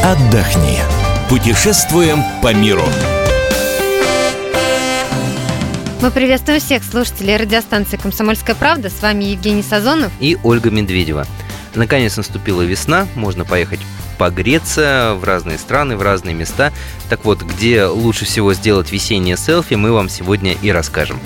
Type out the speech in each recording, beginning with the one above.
отдохни. Путешествуем по миру. Мы приветствуем всех слушателей радиостанции «Комсомольская правда». С вами Евгений Сазонов и Ольга Медведева. Наконец наступила весна, можно поехать погреться в разные страны, в разные места. Так вот, где лучше всего сделать весеннее селфи, мы вам сегодня и расскажем.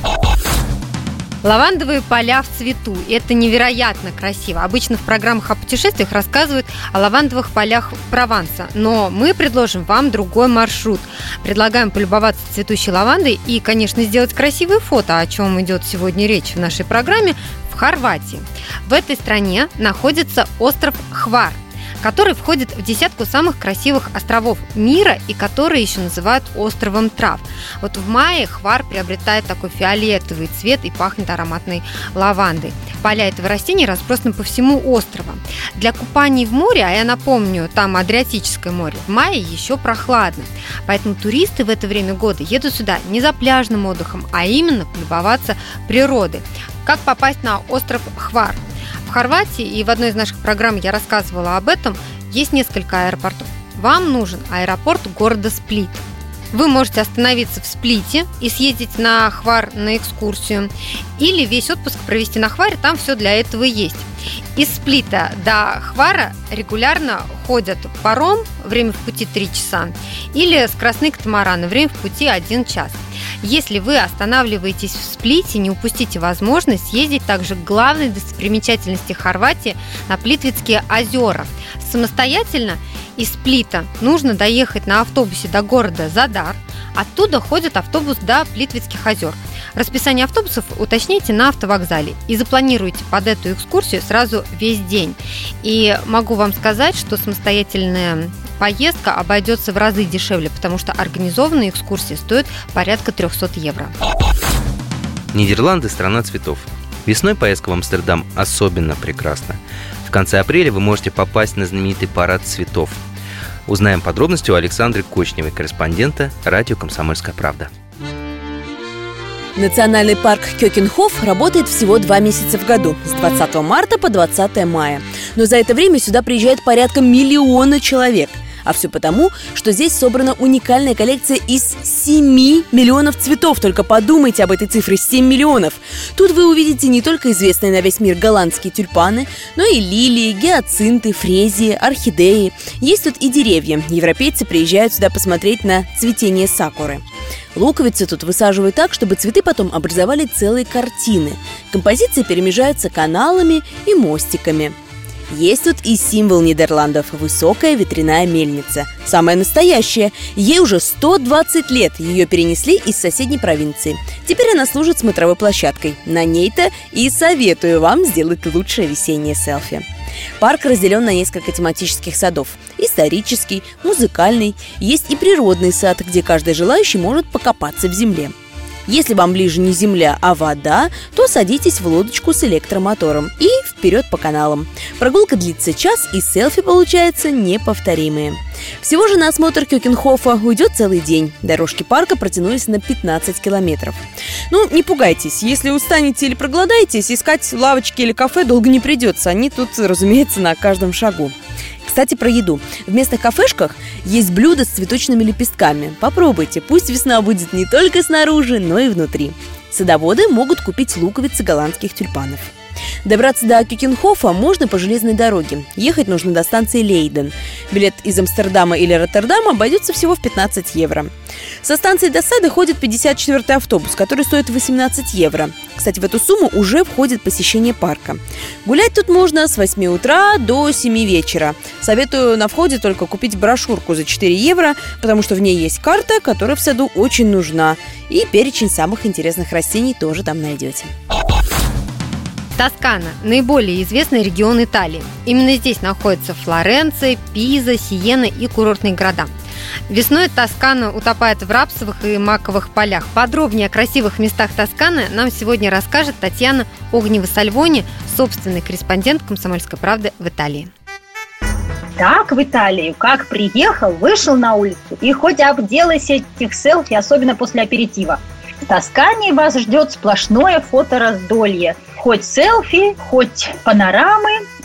Лавандовые поля в цвету. Это невероятно красиво. Обычно в программах о путешествиях рассказывают о лавандовых полях Прованса. Но мы предложим вам другой маршрут. Предлагаем полюбоваться цветущей лавандой и, конечно, сделать красивые фото, о чем идет сегодня речь в нашей программе, в Хорватии. В этой стране находится остров Хвар, который входит в десятку самых красивых островов мира и который еще называют островом трав. Вот в мае Хвар приобретает такой фиолетовый цвет и пахнет ароматной лавандой. Поля этого растения разбросаны по всему острову. Для купаний в море, а я напомню, там Адриатическое море, в мае еще прохладно. Поэтому туристы в это время года едут сюда не за пляжным отдыхом, а именно полюбоваться природой. Как попасть на остров Хвар? В Хорватии, и в одной из наших программ я рассказывала об этом, есть несколько аэропортов. Вам нужен аэропорт города Сплит. Вы можете остановиться в Сплите и съездить на Хвар на экскурсию, или весь отпуск провести на Хваре, там все для этого есть. Из Сплита до Хвара регулярно ходят паром, время в пути 3 часа, или скоростные катамараны, время в пути 1 час. Если вы останавливаетесь в Сплите, не упустите возможность съездить также к главной достопримечательности Хорватии на Плитвицкие озера. Самостоятельно из Сплита нужно доехать на автобусе до города Задар. Оттуда ходит автобус до Плитвицких озер. Расписание автобусов уточняйте на автовокзале и запланируйте под эту экскурсию сразу весь день. И могу вам сказать, что самостоятельная поездка обойдется в разы дешевле, потому что организованные экскурсии стоят порядка 300 евро. Нидерланды – страна цветов. Весной поездка в Амстердам особенно прекрасна. В конце апреля вы можете попасть на знаменитый парад цветов. Узнаем подробности у Александры Кочневой, корреспондента радио «Комсомольская правда». Национальный парк Кёкенхоф работает всего 2 месяца в году, с 20 марта по 20 мая. Но за это время сюда приезжает порядка 1 миллиона человек. А все потому, что здесь собрана уникальная коллекция из 7 миллионов цветов. Только подумайте об этой цифре – 7 миллионов. Тут вы увидите не только известные на весь мир голландские тюльпаны, но и лилии, гиацинты, фрезии, орхидеи. Есть тут и деревья. Европейцы приезжают сюда посмотреть на цветение сакуры. Луковицы тут высаживают так, чтобы цветы потом образовали целые картины. Композиции перемежаются каналами и мостиками. Есть тут и символ Нидерландов – высокая ветряная мельница. Самая настоящая. Ей уже 120 лет. Ее перенесли из соседней провинции. Теперь она служит смотровой площадкой. На ней-то и советую вам сделать лучшее весеннее селфи. Парк разделен на несколько тематических садов. Исторический, музыкальный. Есть и природный сад, где каждый желающий может покопаться в земле. Если вам ближе не земля, а вода, то садитесь в лодочку с электромотором и вперед по каналам. Прогулка длится час, и селфи получаются неповторимые. Всего же на осмотр Кёкенхофа уйдет целый день. Дорожки парка протянулись на 15 километров. Не пугайтесь, если устанете или проголодаетесь, искать лавочки или кафе долго не придется. Они тут, разумеется, на каждом шагу. Кстати, про еду. В местных кафешках есть блюда с цветочными лепестками. Попробуйте, пусть весна будет не только снаружи, но и внутри. Садоводы могут купить луковицы голландских тюльпанов. Добраться до Кёкенхофа можно по железной дороге. Ехать нужно до станции Лейден. Билет из Амстердама или Роттердама обойдется всего в 15 евро. Со станции до сада ходит 54-й автобус, который стоит 18 евро. Кстати, в эту сумму уже входит посещение парка. Гулять тут можно с 8 утра до 7 вечера. Советую на входе только купить брошюрку за 4 евро, потому что в ней есть карта, которая в саду очень нужна. И перечень самых интересных растений тоже там найдете. Тоскана – наиболее известный регион Италии. Именно здесь находятся Флоренция, Пиза, Сиена и курортные города. Весной Тоскана утопает в рапсовых и маковых полях. Подробнее о красивых местах Тосканы нам сегодня расскажет Татьяна Огнева-Сальвони, собственный корреспондент «Комсомольской правды» в Италии. Так, в Италию, как приехал, вышел на улицу и хоть обделайся этих селфи, особенно после аперитива. В Тоскане вас ждет сплошное фотораздолье. Хоть селфи, хоть панорамы,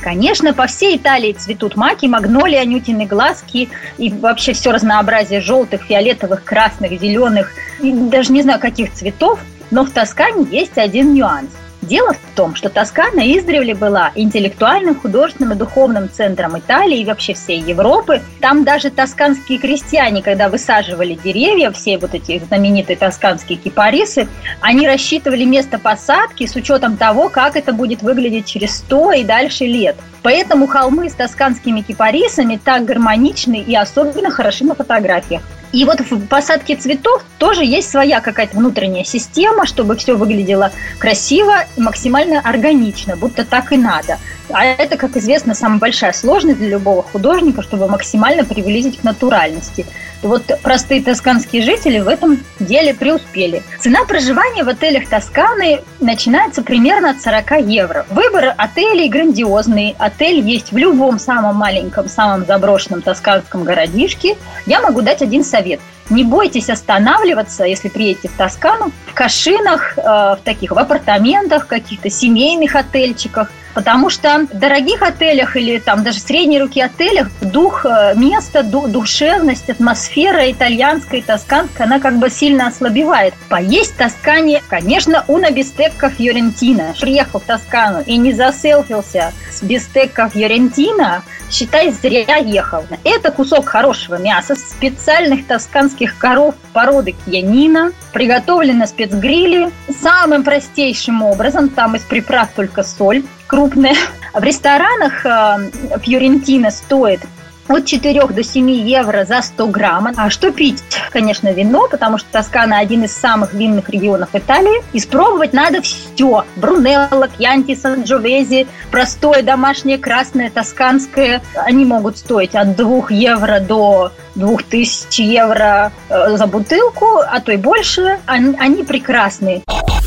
Конечно, по всей Италии цветут маки, магнолии, анютины глазки и вообще все разнообразие желтых, фиолетовых, красных, зеленых и даже не знаю каких цветов. Но в Тоскане есть один нюанс. Дело в том, что Тоскана издревле была интеллектуальным, художественным и духовным центром Италии и вообще всей Европы. Там даже тосканские крестьяне, когда высаживали деревья, все вот эти знаменитые тосканские кипарисы, они рассчитывали место посадки с учетом того, как это будет выглядеть через 100 и дальше лет. Поэтому холмы с тосканскими кипарисами так гармоничны и особенно хороши на фотографиях. И вот в посадке цветов тоже есть своя какая-то внутренняя система, чтобы все выглядело красиво и максимально органично, будто так и надо. А это, как известно, самая большая сложность для любого художника, чтобы максимально приблизить к натуральности. И вот простые тосканские жители в этом деле преуспели. Цена проживания в отелях Тосканы начинается примерно от 40 евро. Выбор отелей грандиозный. Отель есть в любом самом маленьком, самом заброшенном тосканском городишке. Я могу дать один совет. Не бойтесь останавливаться, если приедете в Тоскану, в кашинах, в апартаментах, каких-то семейных отельчиках. Потому что в дорогих отелях или там даже средней руки отелях дух места, душевность, атмосфера итальянская и тосканская, она как бы сильно ослабевает. Поесть в Тоскане, конечно, una bistecca fiorentina. Приехал в Тоскану и не заселфился с бистекка фьорентина, считай, зря ехал. Это кусок хорошего мяса, специальных тосканских коров породы кьянина, приготовлено на спецгриле самым простейшим образом, там из приправ только соль крупная. В ресторанах фьорентина стоит от 4 до 7 евро за 100 грамм. А что пить? Конечно, вино, потому что Тоскана один из самых винных регионов Италии. Испробовать надо все. Брунелло, Кьянти, Санджовези, простое домашнее красное тосканское. Они могут стоить от 2 евро до 2000 евро за бутылку, а то и больше. Они прекрасные.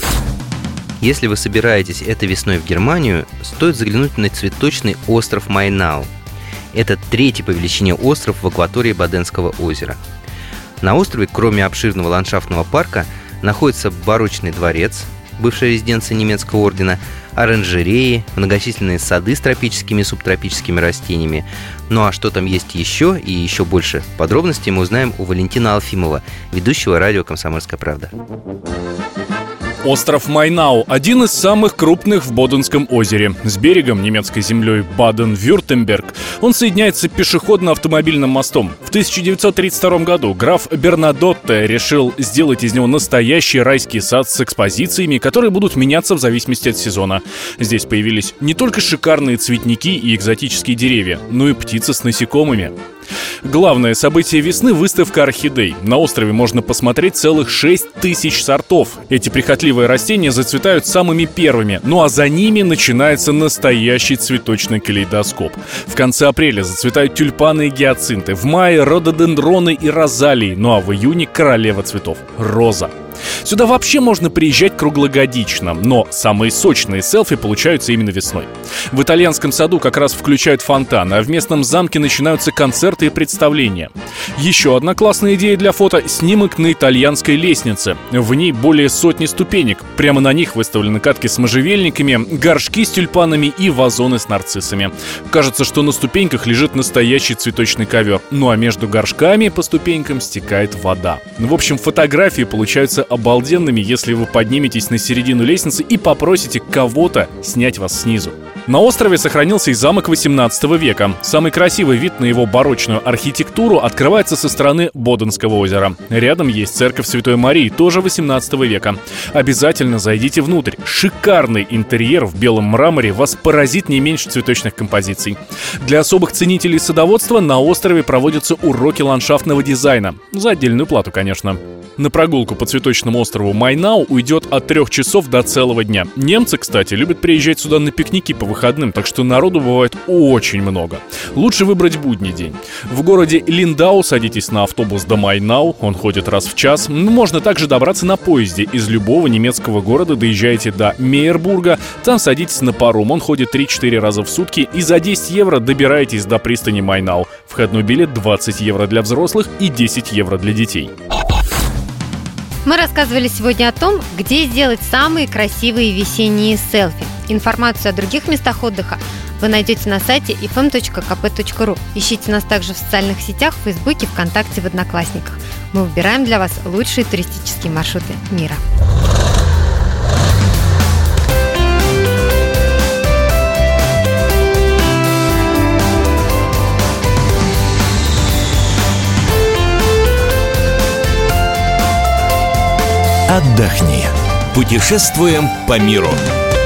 Если вы собираетесь этой весной в Германию, стоит заглянуть на цветочный остров Майнау. Это 3-й по величине остров в акватории Боденского озера. На острове, кроме обширного ландшафтного парка, находится барочный дворец, бывшая резиденция немецкого ордена, оранжереи, многочисленные сады с тропическими и субтропическими растениями. Ну а что там есть еще и еще больше подробностей мы узнаем у Валентина Алфимова, ведущего радио «Комсомольская правда». Остров Майнау – один из самых крупных в Боденском озере. С берегом, немецкой землей Баден-Вюртемберг, он соединяется пешеходно-автомобильным мостом. В 1932 году граф Бернадотте решил сделать из него настоящий райский сад с экспозициями, которые будут меняться в зависимости от сезона. Здесь появились не только шикарные цветники и экзотические деревья, но и птицы с насекомыми. Главное событие весны – выставка орхидей. На острове можно посмотреть целых 6000 сортов. Эти прихотливые растения зацветают самыми первыми, ну а за ними начинается настоящий цветочный калейдоскоп. В конце апреля зацветают тюльпаны и гиацинты, в мае – рододендроны и розалии, ну а в июне – королева цветов – роза. Сюда вообще можно приезжать круглогодично, но самые сочные селфи получаются именно весной. В итальянском саду как раз включают фонтан, а в местном замке начинаются концерты и представления. Еще одна классная идея для фото – снимок на итальянской лестнице. В ней более сотни ступенек. Прямо на них выставлены катки с можжевельниками, горшки с тюльпанами и вазоны с нарциссами. Кажется, что на ступеньках лежит настоящий цветочный ковер. Ну а между горшками по ступенькам стекает вода. В общем, фотографии получаются обалденными, если вы подниметесь на середину лестницы и попросите кого-то снять вас снизу. На острове сохранился и замок 18 века. Самый красивый вид на его барочную архитектуру открывается со стороны Боденского озера. Рядом есть церковь Святой Марии, тоже 18 века. Обязательно зайдите внутрь. Шикарный интерьер в белом мраморе вас поразит не меньше цветочных композиций. Для особых ценителей садоводства на острове проводятся уроки ландшафтного дизайна. За отдельную плату, конечно. На прогулку по цветочному острову Майнау уйдет от 3 часов до целого дня. Немцы, кстати, любят приезжать сюда на пикники по выходным, так что народу бывает очень много. Лучше выбрать будний день. В городе Линдау садитесь на автобус до Майнау, он ходит раз в час. Можно также добраться на поезде. Из любого немецкого города доезжаете до Мейербурга, там садитесь на паром, он ходит 3-4 раза в сутки, и за 10 евро добираетесь до пристани Майнау. Входной билет 20 евро для взрослых и 10 евро для детей. Мы рассказывали сегодня о том, где сделать самые красивые весенние селфи. Информацию о других местах отдыха вы найдете на сайте fm.kp.ru. Ищите нас также в социальных сетях, в Фейсбуке, ВКонтакте, в Одноклассниках. Мы выбираем для вас лучшие туристические маршруты мира. Отдохни. Путешествуем по миру.